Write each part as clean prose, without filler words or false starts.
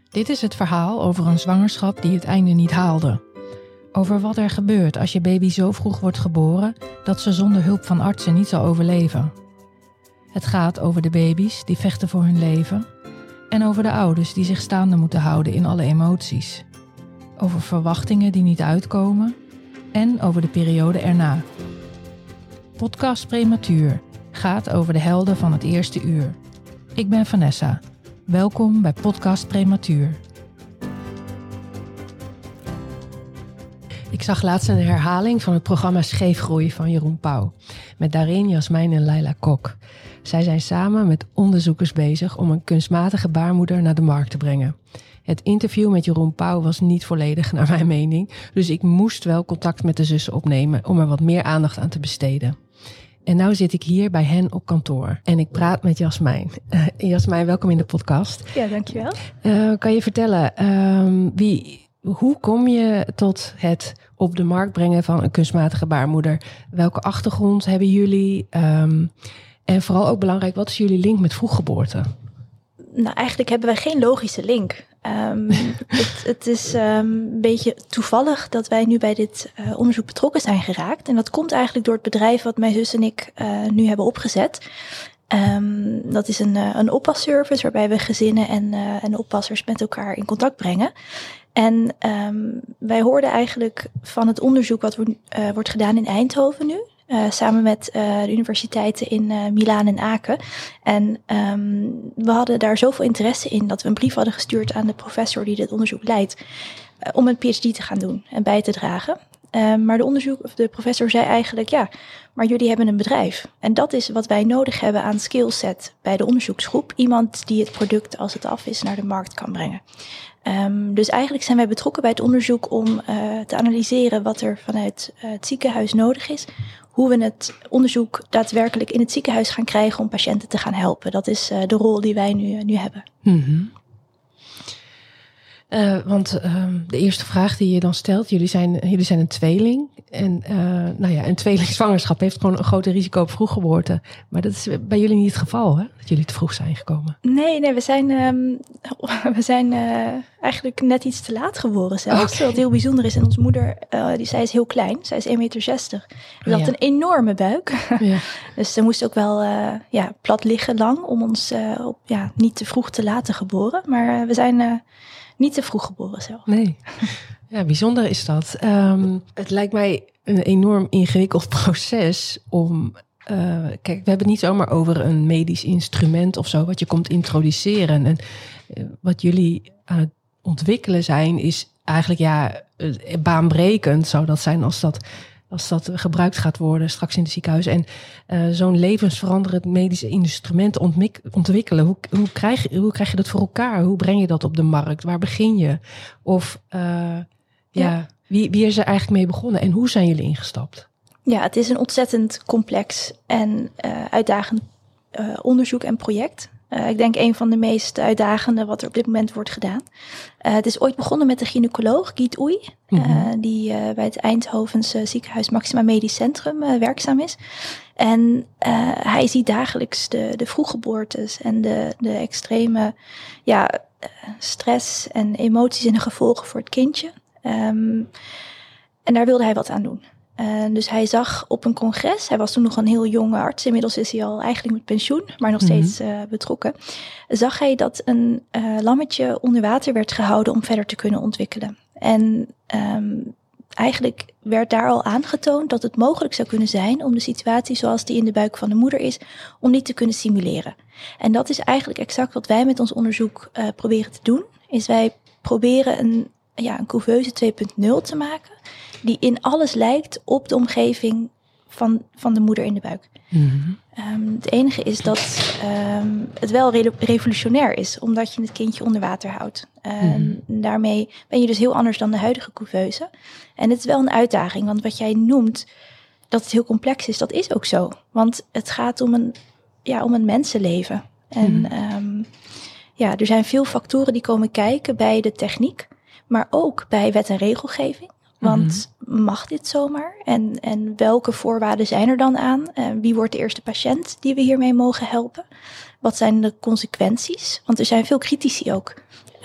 Dit is het verhaal over een zwangerschap die het einde niet haalde. Over wat er gebeurt als je baby zo vroeg wordt geboren dat ze zonder hulp van artsen niet zal overleven. Het gaat over de baby's die vechten voor hun leven en over de ouders die zich staande moeten houden in alle emoties. Over verwachtingen die niet uitkomen en over de periode erna. Podcast Prematuur gaat over de helden van het eerste uur. Ik ben Vanessa. Welkom bij Podcast Prematuur. Ik zag laatst een herhaling van het programma Scheefgroei van Jeroen Pauw. Met daarin Jasmijn en Laila Kok. Zij zijn samen met onderzoekers bezig om een kunstmatige baarmoeder naar de markt te brengen. Het interview met Jeroen Pauw was niet volledig naar mijn mening. Dus ik moest wel contact met de zussen opnemen om er wat meer aandacht aan te besteden. En nu zit ik hier bij hen op kantoor en ik praat met Jasmijn. Jasmijn, welkom in de podcast. Ja, dankjewel. Kan je vertellen, hoe kom je tot het op de markt brengen van een kunstmatige baarmoeder? Welke achtergrond hebben jullie? En vooral ook belangrijk, wat is jullie link met vroeggeboorte? Nou, eigenlijk hebben wij geen logische link. Het is een beetje toevallig dat wij nu bij dit onderzoek betrokken zijn geraakt. En dat komt eigenlijk door het bedrijf wat mijn zus en ik nu hebben opgezet. Dat is een oppasservice waarbij we gezinnen en oppassers met elkaar in contact brengen. En wij hoorden eigenlijk van het onderzoek wat wordt gedaan in Eindhoven nu. Samen met de universiteiten in Milaan en Aken. En we hadden daar zoveel interesse in dat we een brief hadden gestuurd aan de professor die dit onderzoek leidt. Om een PhD te gaan doen en bij te dragen. Maar de professor zei eigenlijk, ja, maar jullie hebben een bedrijf. En dat is wat wij nodig hebben aan skillset bij de onderzoeksgroep. Iemand die het product als het af is naar de markt kan brengen. Dus eigenlijk zijn wij betrokken bij het onderzoek om te analyseren wat er vanuit het ziekenhuis nodig is. Hoe we het onderzoek daadwerkelijk in het ziekenhuis gaan krijgen om patiënten te gaan helpen. Dat is de rol die wij nu hebben. Mm-hmm. Want de eerste vraag die je dan stelt, jullie zijn een tweeling. En een tweelingzwangerschap heeft gewoon een groter risico op vroeggeboorte. Maar dat is bij jullie niet het geval, hè? Dat jullie te vroeg zijn gekomen. Nee, we zijn eigenlijk net iets te laat geboren zelfs. Okay. Wat heel bijzonder is. En onze moeder, zij is heel klein. Zij is 1,60 meter. Ze had een enorme buik. Ja. Dus ze moest ook wel plat liggen lang om ons niet te vroeg te laten geboren. Maar we zijn niet te vroeg geboren zelf. Nee. Ja, bijzonder is dat. Het lijkt mij een enorm ingewikkeld proces om... kijk, we hebben het niet zomaar over een medisch instrument of zo, wat je komt introduceren. En wat jullie aan het ontwikkelen zijn, is eigenlijk baanbrekend zou dat zijn als dat gebruikt gaat worden straks in de ziekenhuizen. En zo'n levensveranderend medische instrument ontwikkelen. Hoe krijg je dat voor elkaar? Hoe breng je dat op de markt? Waar begin je? Of wie is er eigenlijk mee begonnen? En hoe zijn jullie ingestapt? Ja, het is een ontzettend complex en uitdagend onderzoek en project. Ik denk een van de meest uitdagende wat er op dit moment wordt gedaan. Het is ooit begonnen met de gynaecoloog Giet Oei. Die bij het Eindhovense ziekenhuis Maxima Medisch Centrum werkzaam is. En hij ziet dagelijks de vroeggeboortes en de extreme stress en emoties en de gevolgen voor het kindje. En daar wilde hij wat aan doen. Dus hij zag op een congres, hij was toen nog een heel jonge arts, inmiddels is hij al eigenlijk met pensioen, maar nog steeds betrokken. Zag hij dat een lammetje onder water werd gehouden om verder te kunnen ontwikkelen. En eigenlijk werd daar al aangetoond dat het mogelijk zou kunnen zijn om de situatie zoals die in de buik van de moeder is, om die te kunnen simuleren. En dat is eigenlijk exact wat wij met ons onderzoek proberen te doen, is wij proberen een couveuse 2.0 te maken, die in alles lijkt op de omgeving van de moeder in de buik. Mm-hmm. Het enige is dat het wel revolutionair is, omdat je het kindje onder water houdt. Daarmee ben je dus heel anders dan de huidige couveuse. En het is wel een uitdaging, want wat jij noemt, dat het heel complex is, dat is ook zo. Want het gaat om een mensenleven. En er zijn veel factoren die komen kijken bij de techniek, maar ook bij wet en regelgeving. Want mag dit zomaar? En welke voorwaarden zijn er dan aan? Wie wordt de eerste patiënt die we hiermee mogen helpen? Wat zijn de consequenties? Want er zijn veel critici ook.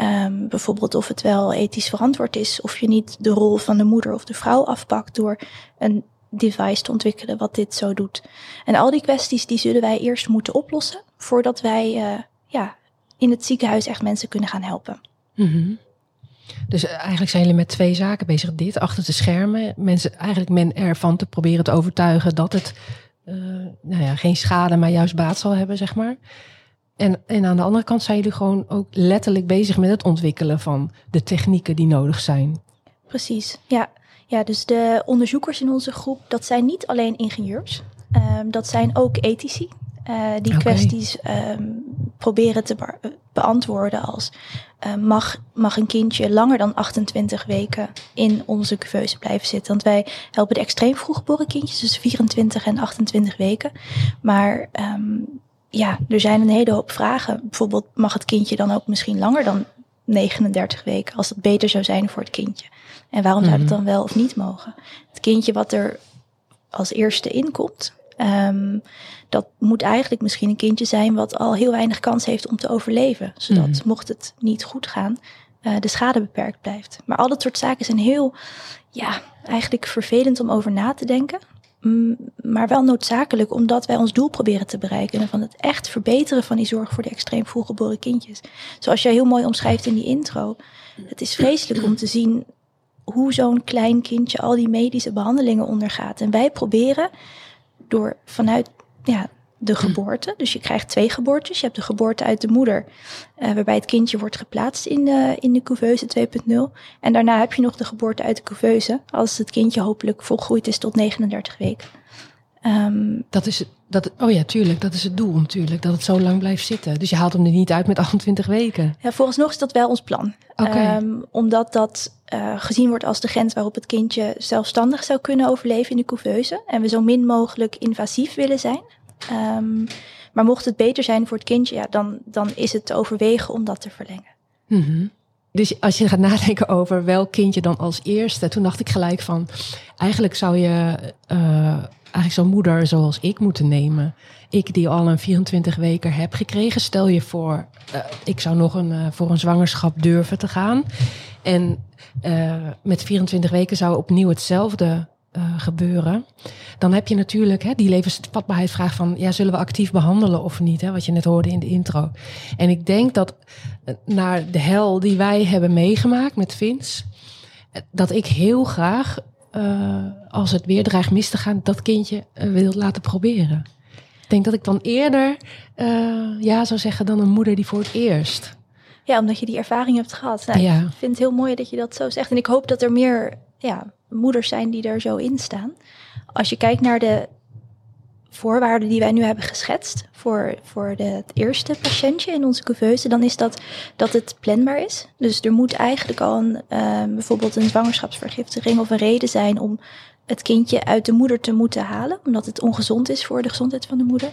Bijvoorbeeld of het wel ethisch verantwoord is, of je niet de rol van de moeder of de vrouw afpakt door een device te ontwikkelen wat dit zo doet. En al die kwesties die zullen wij eerst moeten oplossen voordat wij in het ziekenhuis echt mensen kunnen gaan helpen. Mm-hmm. Dus eigenlijk zijn jullie met 2 zaken bezig. Dit, achter de schermen. Men ervan te proberen te overtuigen dat het geen schade, maar juist baat zal hebben, zeg maar. En aan de andere kant zijn jullie gewoon ook letterlijk bezig met het ontwikkelen van de technieken die nodig zijn. Precies, ja. Ja, dus de onderzoekers in onze groep, dat zijn niet alleen ingenieurs. Dat zijn ook ethici. Die kwesties proberen te beantwoorden als mag een kindje langer dan 28 weken in onze couveuse blijven zitten. Want wij helpen de extreem vroeggeboren kindjes, dus 24 en 28 weken. Maar er zijn een hele hoop vragen. Bijvoorbeeld mag het kindje dan ook misschien langer dan 39 weken, als dat beter zou zijn voor het kindje. En waarom zou het dan wel of niet mogen? Het kindje wat er als eerste inkomt, dat moet eigenlijk misschien een kindje zijn wat al heel weinig kans heeft om te overleven. Zodat mocht het niet goed gaan, de schade beperkt blijft. Maar al dat soort zaken zijn heel, eigenlijk vervelend om over na te denken. Maar wel noodzakelijk, omdat wij ons doel proberen te bereiken. Van het echt verbeteren van die zorg voor de extreem vroeggeboren kindjes. Zoals jij heel mooi omschrijft in die intro. Het is vreselijk om te zien hoe zo'n klein kindje al die medische behandelingen ondergaat. En wij proberen door vanuit de geboorte. Dus je krijgt 2 geboortes. Je hebt de geboorte uit de moeder, waarbij het kindje wordt geplaatst in de couveuse 2.0. En daarna heb je nog de geboorte uit de couveuse, als het kindje hopelijk volgroeid is tot 39 weken. Tuurlijk, dat is het doel natuurlijk, dat het zo lang blijft zitten. Dus je haalt hem er niet uit met 28 weken. Ja, vooralsnog is dat wel ons plan. Omdat dat gezien wordt als de grens waarop het kindje zelfstandig zou kunnen overleven in de couveuse. En we zo min mogelijk invasief willen zijn. Maar mocht het beter zijn voor het kindje, dan is het te overwegen om dat te verlengen. Mm-hmm. Dus als je gaat nadenken over welk kindje dan als eerste, toen dacht ik gelijk van, eigenlijk zou je zo'n moeder zoals ik moeten nemen. Ik die al een 24 weken heb gekregen. Stel je voor, ik zou nog voor een zwangerschap durven te gaan. En met 24 weken zou opnieuw hetzelfde gebeuren. Dan heb je natuurlijk die levensvatbaarheidsvraag van, zullen we actief behandelen of niet? Wat je net hoorde in de intro. En ik denk dat naar de hel die wij hebben meegemaakt met Vince, dat ik heel graag, als het weer dreigt mis te gaan, dat kindje wil laten proberen. Ik denk dat ik dan eerder zou zeggen dan een moeder die voor het eerst. Ja, omdat je die ervaring hebt gehad. Ik vind het heel mooi dat je dat zo zegt. En ik hoop dat er meer moeders zijn die er zo in staan. Als je kijkt naar de voorwaarden die wij nu hebben geschetst voor het eerste patiëntje in onze couveuse, dan is dat het planbaar is. Dus er moet eigenlijk al bijvoorbeeld een zwangerschapsvergiftiging of een reden zijn om het kindje uit de moeder te moeten halen, omdat het ongezond is voor de gezondheid van de moeder.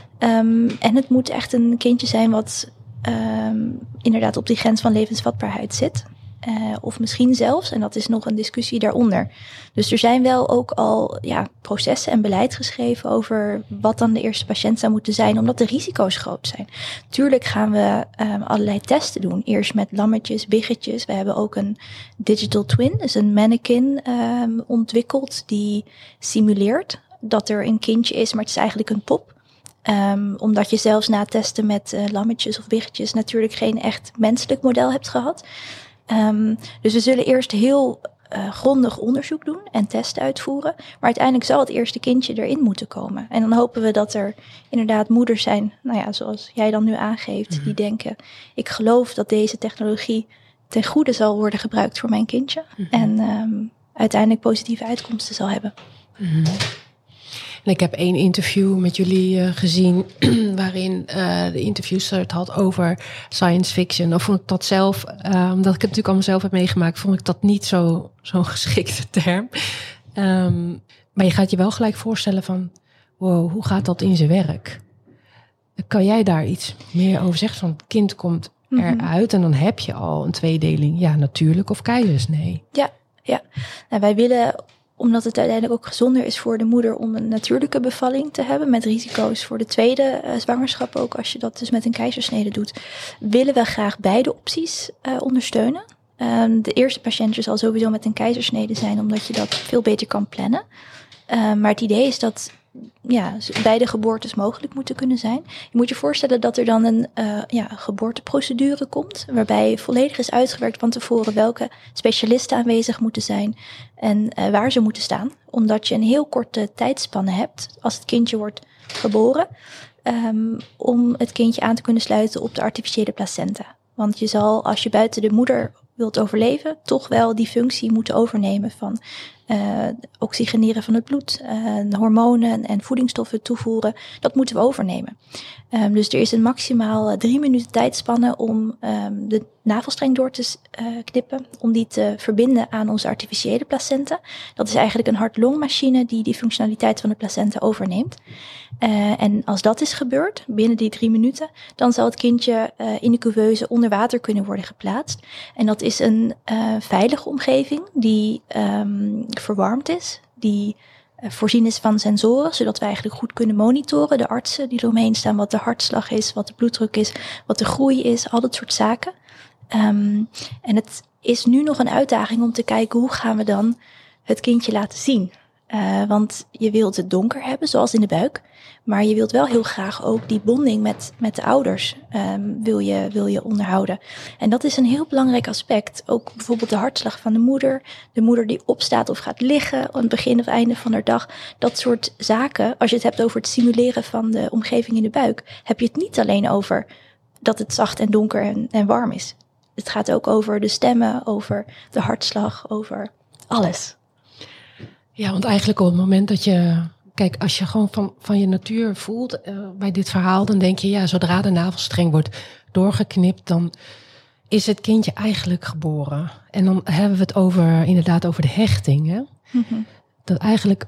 En het moet echt een kindje zijn wat inderdaad op die grens van levensvatbaarheid zit. Of misschien zelfs, en dat is nog een discussie daaronder. Dus er zijn wel ook al processen en beleid geschreven over wat dan de eerste patiënt zou moeten zijn, omdat de risico's groot zijn. Tuurlijk gaan we allerlei testen doen. Eerst met lammetjes, biggetjes. We hebben ook een digital twin, dus een mannequin ontwikkeld die simuleert dat er een kindje is, maar het is eigenlijk een pop. Omdat je zelfs na testen met lammetjes of biggetjes natuurlijk geen echt menselijk model hebt gehad. Dus we zullen eerst heel grondig onderzoek doen en testen uitvoeren. Maar uiteindelijk zal het eerste kindje erin moeten komen. En dan hopen we dat er inderdaad moeders zijn, zoals jij dan nu aangeeft, die denken, ik geloof dat deze technologie ten goede zal worden gebruikt voor mijn kindje. En uiteindelijk positieve uitkomsten zal hebben. En ik heb 1 interview met jullie gezien waarin de interviewster het had over science fiction. Of vond ik dat zelf, omdat ik het natuurlijk allemaal zelf heb meegemaakt, vond ik dat niet zo'n geschikte term. Maar je gaat je wel gelijk voorstellen van, wow, hoe gaat dat in zijn werk? Kan jij daar iets meer over zeggen? Van het kind komt eruit en dan heb je al een tweedeling. Ja, natuurlijk of keizersnee. Ja. Nou, wij willen omdat het uiteindelijk ook gezonder is voor de moeder om een natuurlijke bevalling te hebben, met risico's voor de tweede zwangerschap ook, als je dat dus met een keizersnede doet, willen we graag beide opties ondersteunen. De eerste patiëntje zal sowieso met een keizersnede zijn, omdat je dat veel beter kan plannen. Maar het idee is dat beide geboortes mogelijk moeten kunnen zijn. Je moet je voorstellen dat er dan een geboorteprocedure komt, waarbij volledig is uitgewerkt van tevoren welke specialisten aanwezig moeten zijn en waar ze moeten staan. Omdat je een heel korte tijdspanne hebt als het kindje wordt geboren, om het kindje aan te kunnen sluiten op de artificiële placenta. Want je zal, als je buiten de moeder wilt overleven, toch wel die functie moeten overnemen van oxygeneren van het bloed, hormonen en voedingsstoffen toevoeren. Dat moeten we overnemen. Dus er is een maximaal 3 minuten tijdspanne om de navelstreng door te knippen, om die te verbinden aan onze artificiële placenta. Dat is eigenlijk een hart-longmachine die functionaliteit van de placenta overneemt. En als dat is gebeurd, binnen die 3 minuten, dan zal het kindje in de couveuse onder water kunnen worden geplaatst. En dat is een veilige omgeving die verwarmd is, die voorzien is van sensoren, zodat we eigenlijk goed kunnen monitoren. De artsen die eromheen staan, wat de hartslag is, wat de bloeddruk is, wat de groei is, al dat soort zaken. En het is nu nog een uitdaging om te kijken hoe gaan we dan het kindje laten zien. Want je wilt het donker hebben, zoals in de buik. Maar je wilt wel heel graag ook die bonding met de ouders wil je onderhouden. En dat is een heel belangrijk aspect. Ook bijvoorbeeld de hartslag van de moeder. De moeder die opstaat of gaat liggen aan het begin of einde van haar dag. Dat soort zaken, als je het hebt over het simuleren van de omgeving in de buik, heb je het niet alleen over dat het zacht en donker en warm is. Het gaat ook over de stemmen, over de hartslag, over alles. Ja, want eigenlijk op het moment dat je... Kijk, als je gewoon van je natuur voelt bij dit verhaal, dan denk je, ja, zodra de navelstreng wordt doorgeknipt, dan is het kindje eigenlijk geboren. En dan hebben we het inderdaad over de hechting. Hè? Mm-hmm. Dat eigenlijk,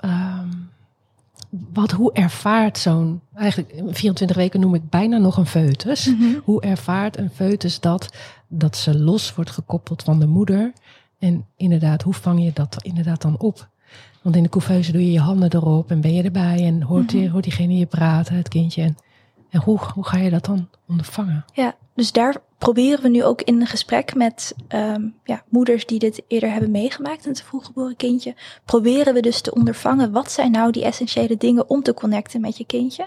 hoe ervaart zo'n, eigenlijk 24 weken noem ik bijna nog een foetus. Mm-hmm. Hoe ervaart een foetus dat ze los wordt gekoppeld van de moeder? En inderdaad, hoe vang je dat inderdaad dan op? Want in de couveuse doe je je handen erop en ben je erbij en hoort diegene je praten, het kindje. En hoe ga je dat dan ondervangen? Ja, dus daar proberen we nu ook in een gesprek met moeders die dit eerder hebben meegemaakt, een te vroeg geboren kindje. Proberen we dus te ondervangen, wat zijn nou die essentiële dingen om te connecten met je kindje?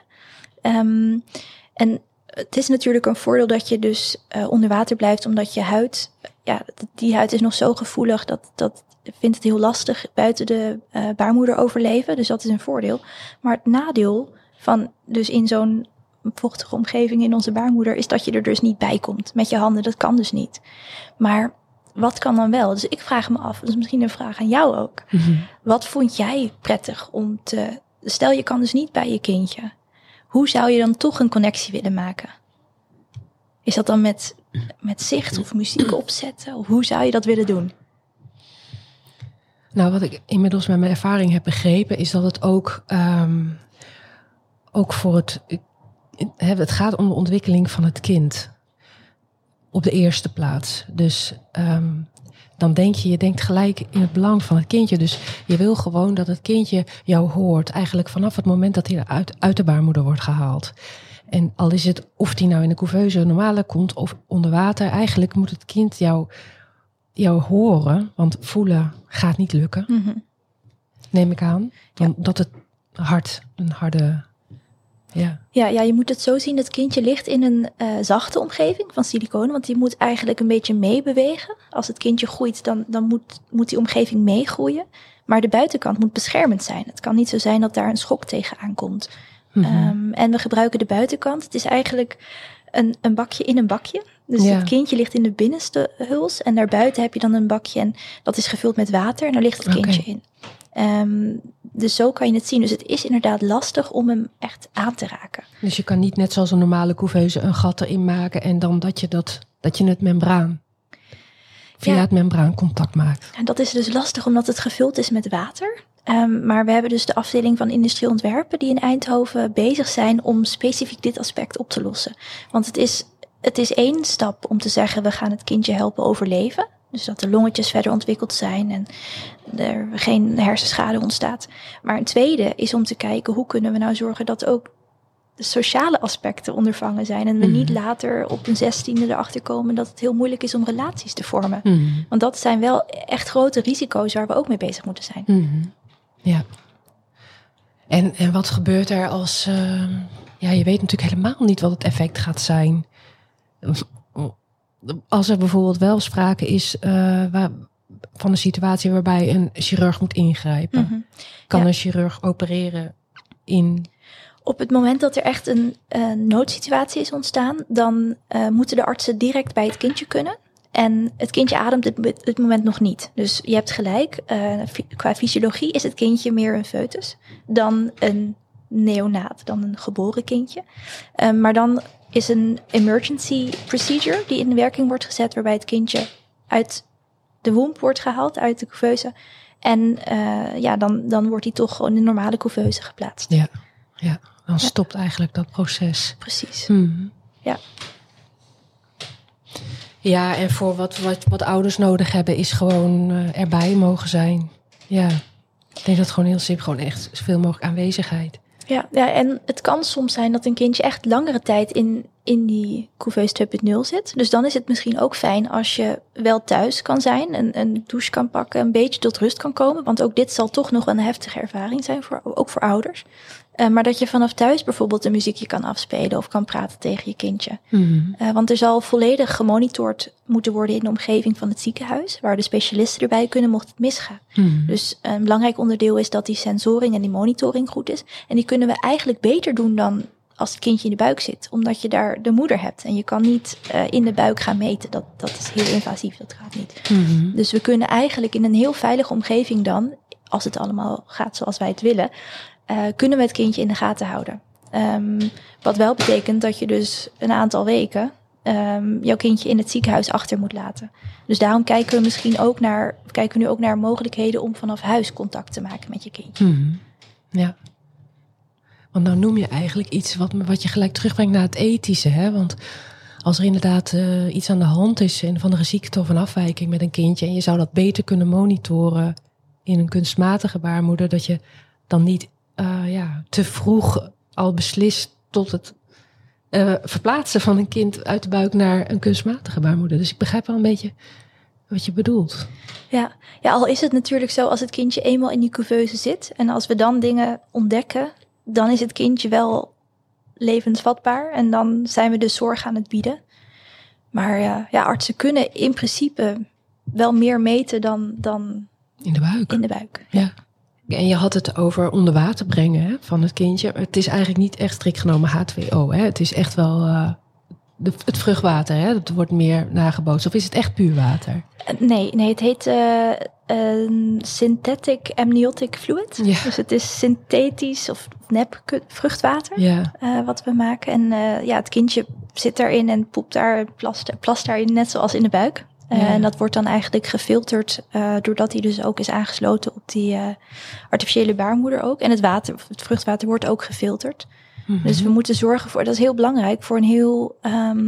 En het is natuurlijk een voordeel dat je dus onder water blijft, omdat je huid, die huid is nog zo gevoelig dat vindt het heel lastig buiten de baarmoeder overleven. Dus dat is een voordeel. Maar het nadeel van dus in zo'n vochtige omgeving in onze baarmoeder is dat je er dus niet bij komt met je handen. Dat kan dus niet. Maar wat kan dan wel? Dus ik vraag me af, dat is misschien een vraag aan jou ook. Mm-hmm. Wat vond jij prettig om te... Stel je kan dus niet bij je kindje. Hoe zou je dan toch een connectie willen maken? Is dat dan met zicht of muziek opzetten? Of hoe zou je dat willen doen? Nou, wat ik inmiddels met mijn ervaring heb begrepen, is dat het ook voor het gaat om de ontwikkeling van het kind op de eerste plaats. Dus dan je denkt gelijk in het belang van het kindje. Dus je wil gewoon dat het kindje jou hoort, eigenlijk vanaf het moment dat hij uit de baarmoeder wordt gehaald. En al is het of die nou in de couveuse normale komt of onder water, eigenlijk moet het kind jou horen, want voelen gaat niet lukken. Mm-hmm. Neem ik aan. Dat het een harde... Ja, je moet het zo zien. Het kindje ligt in een zachte omgeving van siliconen, want die moet eigenlijk een beetje meebewegen. Als het kindje groeit, dan moet die omgeving meegroeien. Maar de buitenkant moet beschermend zijn. Het kan niet zo zijn dat daar een schok tegenaan komt. Mm-hmm. En we gebruiken de buitenkant. Het is eigenlijk een bakje in een bakje. Dus het kindje ligt in de binnenste huls. En daarbuiten heb je dan een bakje en dat is gevuld met water. En daar ligt het kindje in. Dus zo kan je het zien. Dus het is inderdaad lastig om hem echt aan te raken. Dus je kan niet net zoals een normale couveuse een gat erin maken en dan dat je het membraan via het membraan contact maakt. En dat is dus lastig omdat het gevuld is met water. Maar we hebben dus de afdeling van industrieel ontwerpen die in Eindhoven bezig zijn om specifiek dit aspect op te lossen. Want het is één stap om te zeggen we gaan het kindje helpen overleven. Dus dat de longetjes verder ontwikkeld zijn en er geen hersenschade ontstaat. Maar een tweede is om te kijken, hoe kunnen we nou zorgen dat ook de sociale aspecten ondervangen zijn. En we niet later op een 16e erachter komen dat het heel moeilijk is om relaties te vormen. Want dat zijn wel echt grote risico's waar we ook mee bezig moeten zijn. Ja. En wat gebeurt er als... je weet natuurlijk helemaal niet wat het effect gaat zijn. Als er bijvoorbeeld wel sprake is van een situatie waarbij een chirurg moet ingrijpen. Kan een chirurg opereren in... Op het moment dat er echt een noodsituatie is ontstaan, dan moeten de artsen direct bij het kindje kunnen. En het kindje ademt het moment nog niet. Dus je hebt gelijk, qua fysiologie is het kindje meer een foetus dan een neonaat, dan een geboren kindje. Maar dan is een emergency procedure die in werking wordt gezet, waarbij het kindje uit de womb wordt gehaald, uit de couveuse. En dan wordt hij toch gewoon in de normale couveuse geplaatst. Ja, dan stopt eigenlijk dat proces. Precies. Ja. Ja, en voor wat ouders nodig hebben is gewoon erbij mogen zijn. Ja, ik denk dat het gewoon heel simpel, gewoon echt zoveel mogelijk aanwezigheid. Ja, en het kan soms zijn dat een kindje echt langere tijd in die couveuse 2.0 zit. Dus dan is het misschien ook fijn als je wel thuis kan zijn, een douche kan pakken, een beetje tot rust kan komen. Want ook dit zal toch nog wel een heftige ervaring zijn, ook voor ouders. Maar dat je vanaf thuis bijvoorbeeld een muziekje kan afspelen of kan praten tegen je kindje. Want er zal volledig gemonitord moeten worden in de omgeving van het ziekenhuis, waar de specialisten erbij kunnen mocht het misgaan. Dus een belangrijk onderdeel is dat die sensoring en die monitoring goed is. En die kunnen we eigenlijk beter doen dan als het kindje in de buik zit, omdat je daar de moeder hebt. En je kan niet in de buik gaan meten. Dat is heel invasief, dat gaat niet. Dus we kunnen eigenlijk in een heel veilige omgeving dan, als het allemaal gaat zoals wij het willen, kunnen we het kindje in de gaten houden. Wat wel betekent dat je dus een aantal weken jouw kindje in het ziekenhuis achter moet laten. Dus daarom kijken we nu ook naar mogelijkheden om vanaf huis contact te maken met je kindje. Ja. Want nou noem je eigenlijk iets wat je gelijk terugbrengt naar het ethische. Hè? Want als er inderdaad iets aan de hand is, een of andere ziekte of een afwijking met een kindje, en je zou dat beter kunnen monitoren in een kunstmatige baarmoeder, dat je dan niet te vroeg al beslist tot het verplaatsen van een kind uit de buik naar een kunstmatige baarmoeder. Dus ik begrijp wel een beetje wat je bedoelt. Ja, al is het natuurlijk zo, als het kindje eenmaal in die couveuse zit en als we dan dingen ontdekken, dan is het kindje wel levensvatbaar en dan zijn we dus zorg aan het bieden. Maar artsen kunnen in principe wel meer meten dan in de buik. Ja. En je had het over onder water brengen van het kindje. Het is eigenlijk niet echt strikt genomen H2O. Hè? Het is echt wel het vruchtwater. Hè? Dat wordt meer nagebootst. Of is het echt puur water? Nee, het heet synthetic amniotic fluid. Ja. Dus het is synthetisch of nep vruchtwater wat we maken. En het kindje zit daarin en poept daar, plast daarin, net zoals in de buik. En dat wordt dan eigenlijk gefilterd doordat hij dus ook is aangesloten op die artificiële baarmoeder ook. En het vruchtwater wordt ook gefilterd. Dus we moeten zorgen voor, dat is heel belangrijk, voor een heel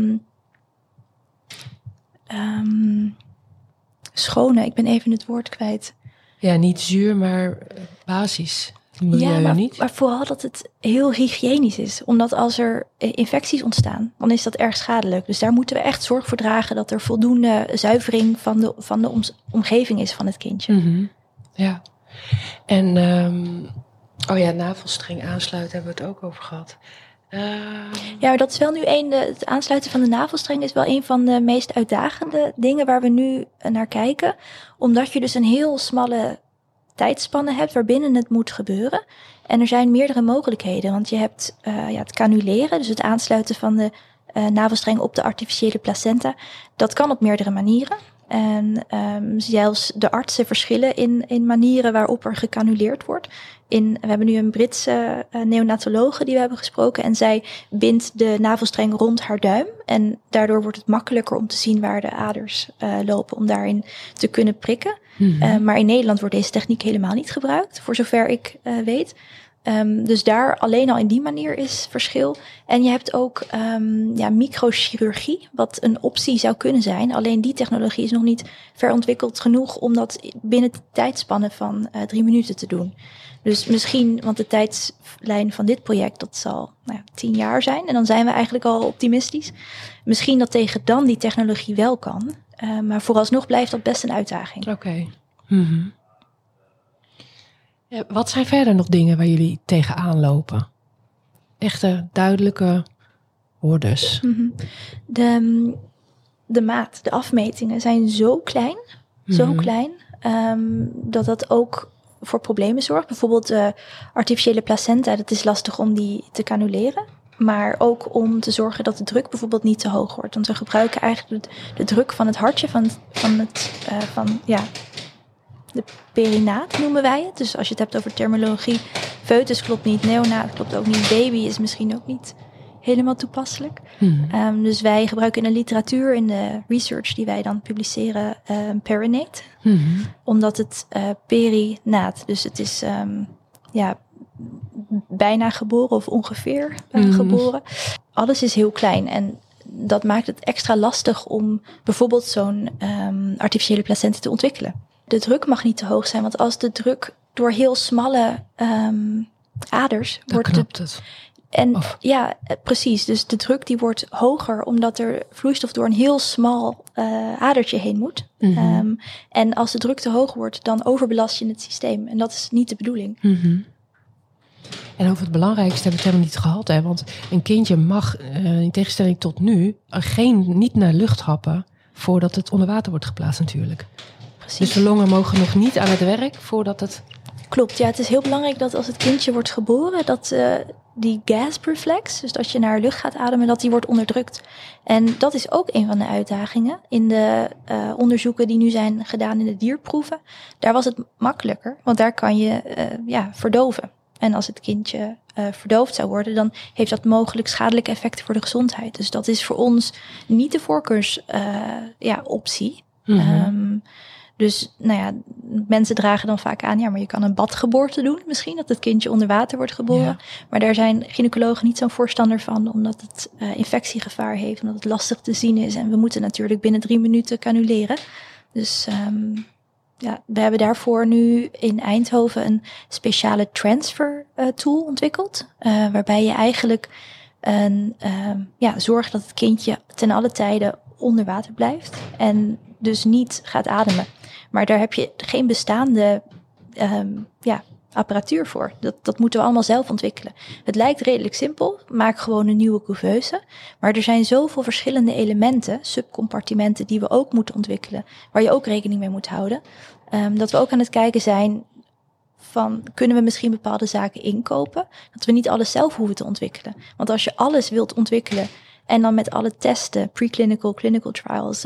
schone, ik ben even het woord kwijt. Ja, niet zuur, maar basis. Maar vooral dat het heel hygiënisch is. Omdat als er infecties ontstaan, dan is dat erg schadelijk. Dus daar moeten we echt zorg voor dragen dat er voldoende zuivering van de omgeving is van het kindje. Ja. En navelstreng aansluiten hebben we het ook over gehad. Ja, dat is wel nu het aansluiten van de navelstreng is wel een van de meest uitdagende dingen waar we nu naar kijken. Omdat je dus een heel smalle tijdspannen hebt waarbinnen het moet gebeuren. En er zijn meerdere mogelijkheden. Want je hebt het canuleren, dus het aansluiten van de navelstreng op de artificiële placenta. Dat kan op meerdere manieren. En zelfs de artsen verschillen in manieren waarop er gecanuleerd wordt. We hebben nu een Britse neonatologe die we hebben gesproken. En zij bindt de navelstreng rond haar duim. En daardoor wordt het makkelijker om te zien waar de aders lopen. Om daarin te kunnen prikken. Maar in Nederland wordt deze techniek helemaal niet gebruikt. Voor zover ik weet. Dus daar alleen al in die manier is verschil. En je hebt ook microchirurgie, wat een optie zou kunnen zijn. Alleen die technologie is nog niet verontwikkeld genoeg om dat binnen de tijdspanne van 3 minuten te doen. Dus misschien, want de tijdslijn van dit project, dat zal 10 jaar zijn. En dan zijn we eigenlijk al optimistisch. Misschien dat tegen dan die technologie wel kan. Maar vooralsnog blijft dat best een uitdaging. Oké. Mm-hmm. Ja, wat zijn verder nog dingen waar jullie tegenaan lopen? Echte duidelijke hordes. Mm-hmm. De maat, de afmetingen zijn zo klein. Zo klein. Dat ook voor problemen zorgt. Bijvoorbeeld de artificiële placenta. Dat is lastig om die te cannuleren. Maar ook om te zorgen dat de druk bijvoorbeeld niet te hoog wordt. Want we gebruiken eigenlijk de druk van het hartje de perinaat noemen wij het. Dus als je het hebt over terminologie, foetus klopt niet, neonaat klopt ook niet, baby is misschien ook niet helemaal toepasselijk. Dus wij gebruiken in de literatuur, in de research die wij dan publiceren, perinate. Omdat het perinaat, dus het is bijna geboren of ongeveer geboren. Alles is heel klein en dat maakt het extra lastig om bijvoorbeeld zo'n artificiële placenta te ontwikkelen. De druk mag niet te hoog zijn, want als de druk door heel smalle aders dan wordt... knapt het. Ja, precies. Dus de druk die wordt hoger omdat er vloeistof door een heel smal adertje heen moet. En als de druk te hoog wordt, dan overbelast je het systeem. En dat is niet de bedoeling. En over het belangrijkste hebben we het helemaal niet gehad. Hè? Want een kindje mag, in tegenstelling tot nu, niet naar lucht happen voordat het onder water wordt geplaatst natuurlijk. Precies. Dus de longen mogen nog niet aan het werk voordat het... Klopt, ja. Het is heel belangrijk dat als het kindje wordt geboren, dat die gasp reflex, dus als je naar lucht gaat ademen, dat die wordt onderdrukt. En dat is ook een van de uitdagingen in de onderzoeken die nu zijn gedaan in de dierproeven. Daar was het makkelijker, want daar kan je verdoven. En als het kindje verdoofd zou worden, dan heeft dat mogelijk schadelijke effecten voor de gezondheid. Dus dat is voor ons niet de voorkeursoptie. Dus mensen dragen dan vaak aan, maar je kan een badgeboorte doen misschien, dat het kindje onder water wordt geboren. Ja. Maar daar zijn gynaecologen niet zo'n voorstander van, omdat het infectiegevaar heeft, omdat het lastig te zien is. En we moeten natuurlijk binnen 3 minuten cannuleren. Dus we hebben daarvoor nu in Eindhoven een speciale transfer tool ontwikkeld. Waarbij je eigenlijk zorgt dat het kindje ten alle tijde onder water blijft. En dus niet gaat ademen. Maar daar heb je geen bestaande apparatuur voor. Dat moeten we allemaal zelf ontwikkelen. Het lijkt redelijk simpel. Maak gewoon een nieuwe couveuse. Maar er zijn zoveel verschillende elementen, subcompartimenten, die we ook moeten ontwikkelen. Waar je ook rekening mee moet houden. Dat we ook aan het kijken zijn van, kunnen we misschien bepaalde zaken inkopen? Dat we niet alles zelf hoeven te ontwikkelen. Want als je alles wilt ontwikkelen en dan met alle testen, preclinical, clinical trials,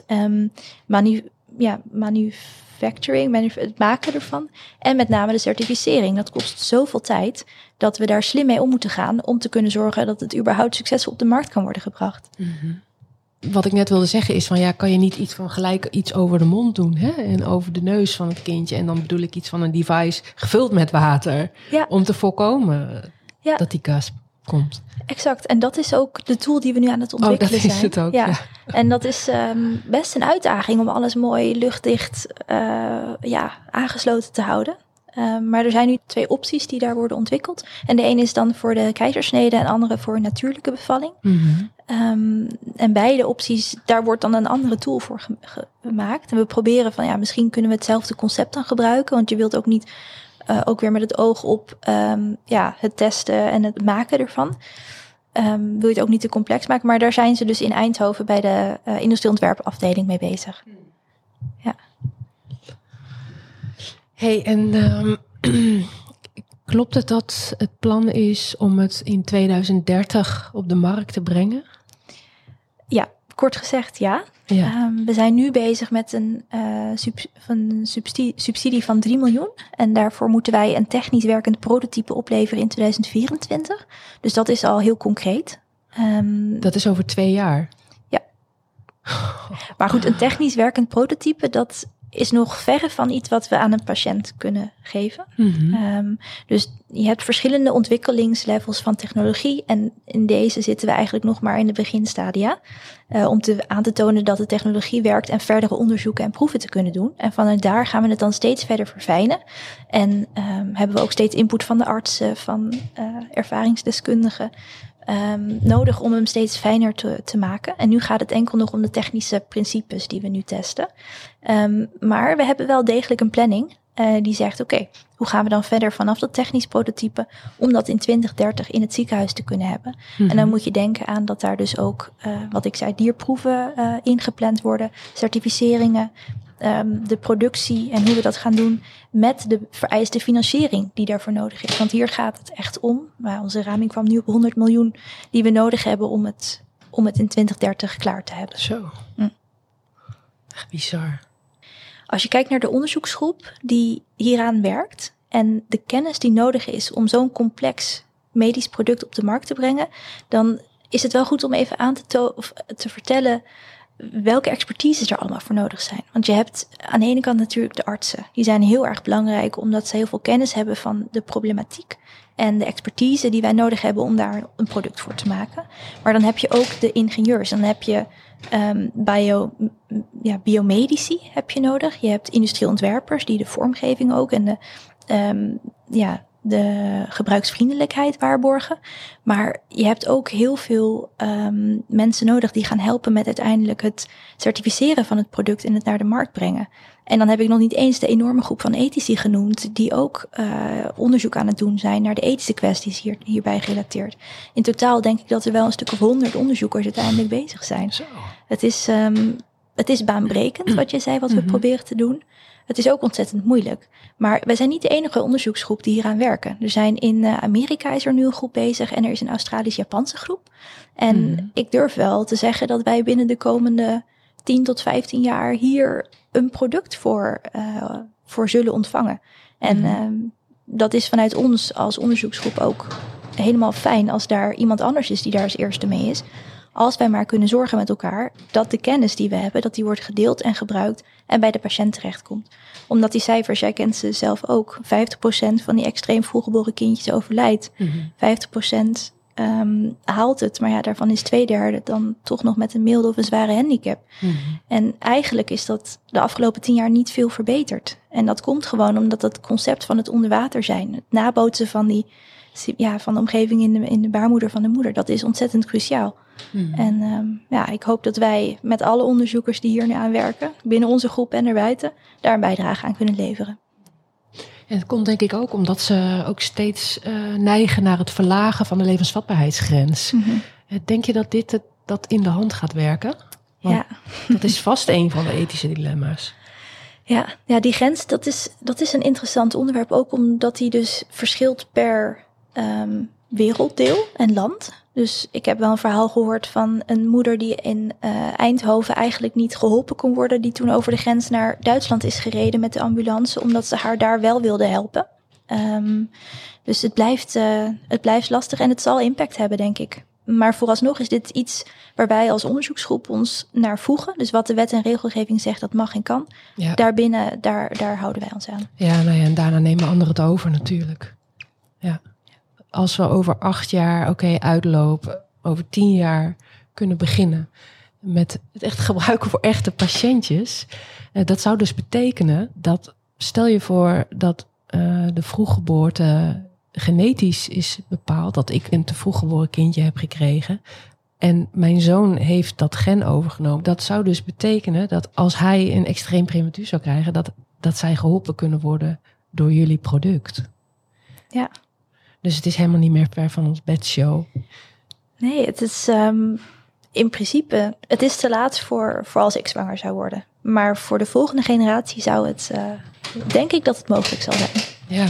manufacturing, het maken ervan. En met name de certificering. Dat kost zoveel tijd dat we daar slim mee om moeten gaan om te kunnen zorgen dat het überhaupt succesvol op de markt kan worden gebracht. Wat ik net wilde zeggen is van, kan je niet iets over de mond doen, hè? En over de neus van het kindje. En dan bedoel ik iets van een device gevuld met water. Ja. Om te voorkomen dat die gasp komt. Exact. En dat is ook de tool die we nu aan het ontwikkelen zijn. Dat is het ook, ja. En dat is best een uitdaging om alles mooi luchtdicht aangesloten te houden. Maar er zijn nu 2 opties die daar worden ontwikkeld. En de ene is dan voor de keizersnede en de andere voor natuurlijke bevalling. En beide opties, daar wordt dan een andere tool voor gemaakt. En we proberen van, misschien kunnen we hetzelfde concept dan gebruiken. Want je wilt ook niet, ook weer met het oog op het testen en het maken ervan. Wil je het ook niet te complex maken. Maar daar zijn ze dus in Eindhoven bij de industrieontwerpafdeling mee bezig. Ja. Hey, en klopt het dat het plan is om het in 2030 op de markt te brengen? Ja, kort gezegd ja. We zijn nu bezig met een subsidie van 3 miljoen. En daarvoor moeten wij een technisch werkend prototype opleveren in 2024. Dus dat is al heel concreet. Dat is over 2 jaar? Ja. Maar goed, een technisch werkend prototype, dat is nog verre van iets wat we aan een patiënt kunnen geven. Dus je hebt verschillende ontwikkelingslevels van technologie. En in deze zitten we eigenlijk nog maar in de beginstadia. Om aan te tonen dat de technologie werkt en verdere onderzoeken en proeven te kunnen doen. En vanuit daar gaan we het dan steeds verder verfijnen. En hebben we ook steeds input van de artsen, van ervaringsdeskundigen. Nodig om hem steeds fijner te maken. En nu gaat het enkel nog om de technische principes die we nu testen. Maar we hebben wel degelijk een planning die zegt, oké, hoe gaan we dan verder vanaf dat technisch prototype om dat in 2030 in het ziekenhuis te kunnen hebben. En dan moet je denken aan dat daar dus ook, wat ik zei, dierproeven ingepland worden, certificeringen, de productie en hoe we dat gaan doen met de vereiste financiering die daarvoor nodig is. Want hier gaat het echt om. Maar onze raming kwam nu op 100 miljoen die we nodig hebben om het in 2030 klaar te hebben. Zo. Echt bizar. Als je kijkt naar de onderzoeksgroep die hieraan werkt en de kennis die nodig is om zo'n complex medisch product op de markt te brengen, dan is het wel goed om even aan te vertellen welke expertise er allemaal voor nodig zijn. Want je hebt aan de ene kant natuurlijk de artsen. Die zijn heel erg belangrijk omdat ze heel veel kennis hebben van de problematiek en de expertise die wij nodig hebben om daar een product voor te maken. Maar dan heb je ook de ingenieurs. Dan heb je biomedici heb je nodig. Je hebt industrieel ontwerpers die de vormgeving ook en de gebruiksvriendelijkheid waarborgen. Maar je hebt ook heel veel mensen nodig die gaan helpen met uiteindelijk het certificeren van het product en het naar de markt brengen. En dan heb ik nog niet eens de enorme groep van ethici genoemd die ook onderzoek aan het doen zijn naar de ethische kwesties hierbij gerelateerd. In totaal denk ik dat er wel een stuk of 100 onderzoekers uiteindelijk bezig zijn. Zo. Het is baanbrekend wat je zei, wat we proberen te doen. Het is ook ontzettend moeilijk. Maar wij zijn niet de enige onderzoeksgroep die hieraan werken. Er zijn in Amerika is er nu een groep bezig en er is een Australisch-Japanse groep. En ik durf wel te zeggen dat wij binnen de komende 10 tot 15 jaar hier een product voor zullen ontvangen. En dat is vanuit ons als onderzoeksgroep ook helemaal fijn als daar iemand anders is die daar als eerste mee is. Als wij maar kunnen zorgen met elkaar dat de kennis die we hebben, dat die wordt gedeeld en gebruikt en bij de patiënt terechtkomt. Omdat die cijfers, jij kent ze zelf ook, 50% van die extreem vroeggeboren kindjes overlijdt. 50% haalt het, maar ja, daarvan is 2/3 dan toch nog met een milde of een zware handicap. En eigenlijk is dat de afgelopen 10 jaar niet veel verbeterd. En dat komt gewoon omdat het concept van het onder water zijn, het nabootsen van van de omgeving in de baarmoeder van de moeder, dat is ontzettend cruciaal. En ik hoop dat wij met alle onderzoekers die hier nu aan werken, binnen onze groep en erbuiten, daar een bijdrage aan kunnen leveren. En het komt denk ik ook omdat ze ook steeds neigen naar het verlagen van de levensvatbaarheidsgrens. Denk je dat dit dat in de hand gaat werken? Want dat is vast een van de ethische dilemma's. Ja, die grens, dat is een interessant onderwerp. Ook omdat die dus verschilt per werelddeel en land. Dus ik heb wel een verhaal gehoord van een moeder die in Eindhoven eigenlijk niet geholpen kon worden. Die toen over de grens naar Duitsland is gereden met de ambulance. Omdat ze haar daar wel wilde helpen. Dus het blijft lastig en het zal impact hebben, denk ik. Maar vooralsnog is dit iets waar wij als onderzoeksgroep ons naar voegen. Dus wat de wet en regelgeving zegt, dat mag en kan. Ja. Daarbinnen, daar houden wij ons aan. Ja, en daarna nemen anderen het over natuurlijk. Ja. Als we over 8 jaar, uitlopen, over 10 jaar kunnen beginnen met het echt gebruiken voor echte patiëntjes. Dat zou dus betekenen dat, stel je voor dat de vroeggeboorte genetisch is bepaald, dat ik een te vroeg geboren kindje heb gekregen en mijn zoon heeft dat gen overgenomen. Dat zou dus betekenen dat als hij een extreem prematuur zou krijgen, dat zij geholpen kunnen worden door jullie product. Ja. Dus het is helemaal niet meer ver van ons bedshow. Nee, het is in principe, het is te laat voor als ik zwanger zou worden. Maar voor de volgende generatie zou het, denk ik dat het mogelijk zal zijn. Ja.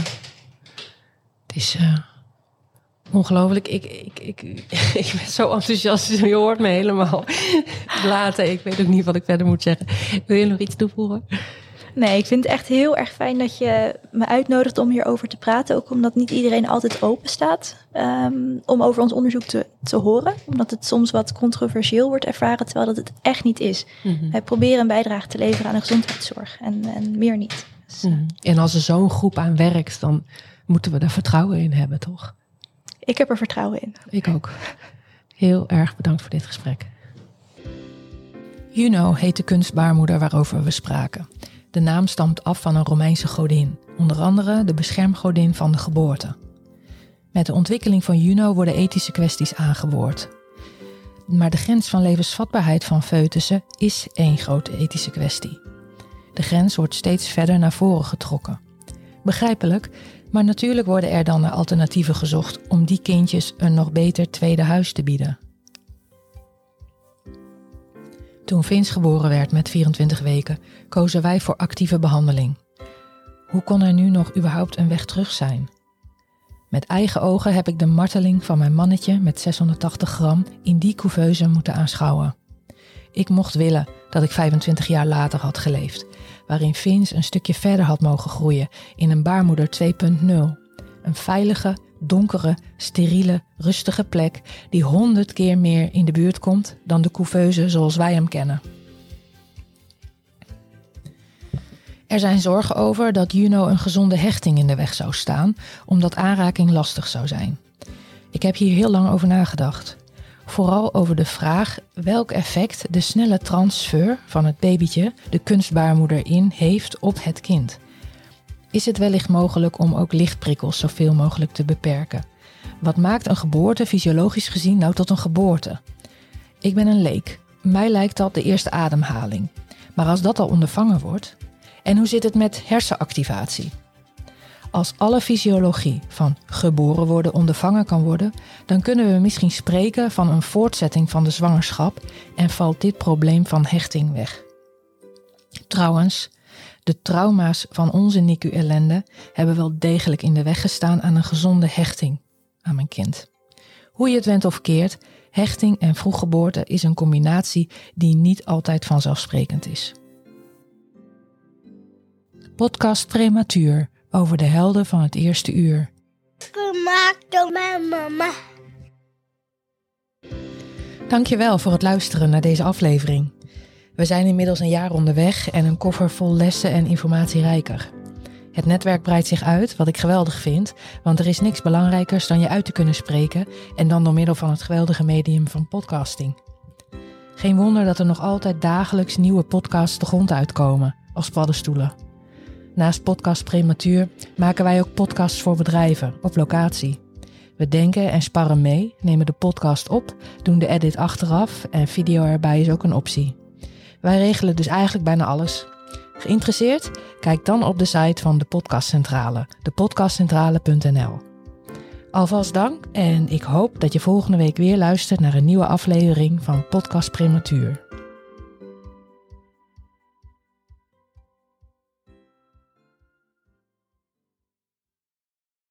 Het is ongelooflijk. Ik ben zo enthousiast. Je hoort me helemaal blaten. Ik weet ook niet wat ik verder moet zeggen. Wil je nog iets toevoegen? Nee, ik vind het echt heel erg fijn dat je me uitnodigt om hierover te praten. Ook omdat niet iedereen altijd open staat om over ons onderzoek te horen. Omdat het soms wat controversieel wordt ervaren, terwijl dat het echt niet is. Mm-hmm. Wij proberen een bijdrage te leveren aan de gezondheidszorg en meer niet. Dus, En als er zo'n groep aan werkt, dan moeten we er vertrouwen in hebben, toch? Ik heb er vertrouwen in. Ik ook. Heel erg bedankt voor dit gesprek. Juno heet de kunstbaarmoeder waarover we spraken. De naam stamt af van een Romeinse godin, onder andere de beschermgodin van de geboorte. Met de ontwikkeling van Juno worden ethische kwesties aangeboord. Maar de grens van levensvatbaarheid van foetussen is één grote ethische kwestie. De grens wordt steeds verder naar voren getrokken. Begrijpelijk, maar natuurlijk worden er dan naar alternatieven gezocht om die kindjes een nog beter tweede huis te bieden. Toen Vince geboren werd met 24 weken, kozen wij voor actieve behandeling. Hoe kon er nu nog überhaupt een weg terug zijn? Met eigen ogen heb ik de marteling van mijn mannetje met 680 gram in die couveuse moeten aanschouwen. Ik mocht willen dat ik 25 jaar later had geleefd, waarin Vince een stukje verder had mogen groeien in een baarmoeder 2.0. Een veilige, donkere, steriele, rustige plek die 100 keer meer in de buurt komt dan de couveuse zoals wij hem kennen. Er zijn zorgen over dat Juno een gezonde hechting in de weg zou staan, omdat aanraking lastig zou zijn. Ik heb hier heel lang over nagedacht. Vooral over de vraag welk effect de snelle transfer van het babytje de kunstbaarmoeder in heeft op het kind. Is het wellicht mogelijk om ook lichtprikkels zoveel mogelijk te beperken? Wat maakt een geboorte fysiologisch gezien nou tot een geboorte? Ik ben een leek. Mij lijkt dat de eerste ademhaling. Maar als dat al ondervangen wordt... En hoe zit het met hersenactivatie? Als alle fysiologie van geboren worden ondervangen kan worden, dan kunnen we misschien spreken van een voortzetting van de zwangerschap en valt dit probleem van hechting weg. Trouwens, de trauma's van onze NICU-ellende hebben wel degelijk in de weg gestaan aan een gezonde hechting aan mijn kind. Hoe je het went of keert, hechting en vroeggeboorte is een combinatie die niet altijd vanzelfsprekend is. Podcast Prematuur over de helden van het eerste uur. Gemaakt door mijn mama. Dankjewel voor het luisteren naar deze aflevering. We zijn inmiddels een jaar onderweg en een koffer vol lessen en informatierijker. Het netwerk breidt zich uit, wat ik geweldig vind, want er is niks belangrijkers dan je uit te kunnen spreken en dan door middel van het geweldige medium van podcasting. Geen wonder dat er nog altijd dagelijks nieuwe podcasts de grond uitkomen, als paddenstoelen. Naast Podcast Prematuur maken wij ook podcasts voor bedrijven, op locatie. We denken en sparren mee, nemen de podcast op, doen de edit achteraf en video erbij is ook een optie. Wij regelen dus eigenlijk bijna alles. Geïnteresseerd? Kijk dan op de site van de Podcastcentrale, depodcastcentrale.nl. Alvast dank en ik hoop dat je volgende week weer luistert naar een nieuwe aflevering van Podcast Prematuur.